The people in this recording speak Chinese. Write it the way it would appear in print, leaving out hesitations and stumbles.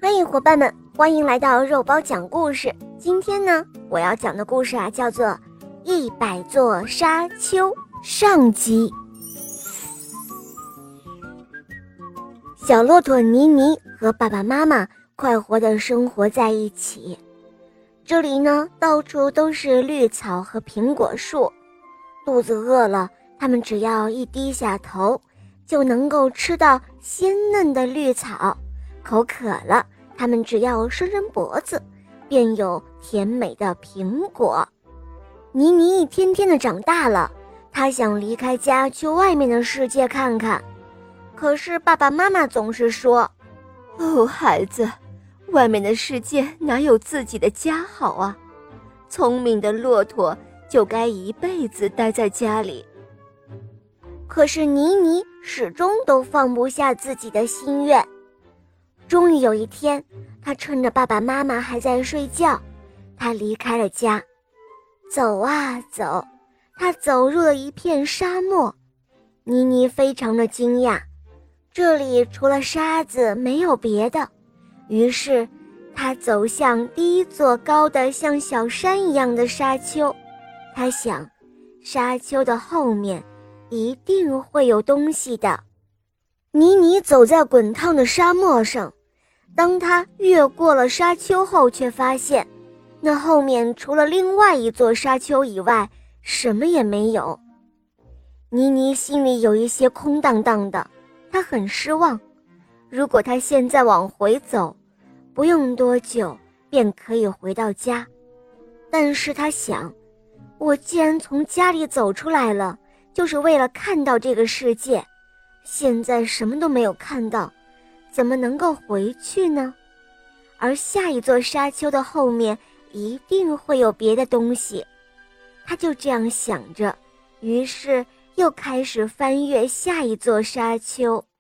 欢迎伙伴们，欢迎来到肉包讲故事。今天呢，我要讲的故事叫做100座沙丘上集。小骆驼妮妮和爸爸妈妈快活地生活在一起。这里呢，到处都是绿草和苹果树。肚子饿了，他们只要一低下头，就能够吃到鲜嫩的绿草。口渴了，他们只要伸伸脖子，便有甜美的苹果。妮妮一天天的长大了，她想离开家去外面的世界看看。可是爸爸妈妈总是说： 哦，孩子，外面的世界哪有自己的家好啊？聪明的骆驼就该一辈子待在家里。 可是妮妮始终都放不下自己的心愿。终于有一天，她趁着爸爸妈妈还在睡觉，她离开了家。走啊走，她走入了一片沙漠。妮妮非常的惊讶，这里除了沙子没有别的。于是她走向第一座高的像小山一样的沙丘。她想，沙丘的后面一定会有东西的。妮妮走在滚烫的沙漠上，当她越过了沙丘后，却发现那后面除了另外一座沙丘以外，什么也没有。妮妮心里有一些空荡荡的，她很失望。如果她现在往回走，不用多久便可以回到家。但是她想，我既然从家里走出来了，就是为了看到这个世界，现在什么都没有看到，怎么能够回去呢？而下一座沙丘的后面一定会有别的东西。他就这样想着，于是又开始翻越下一座沙丘。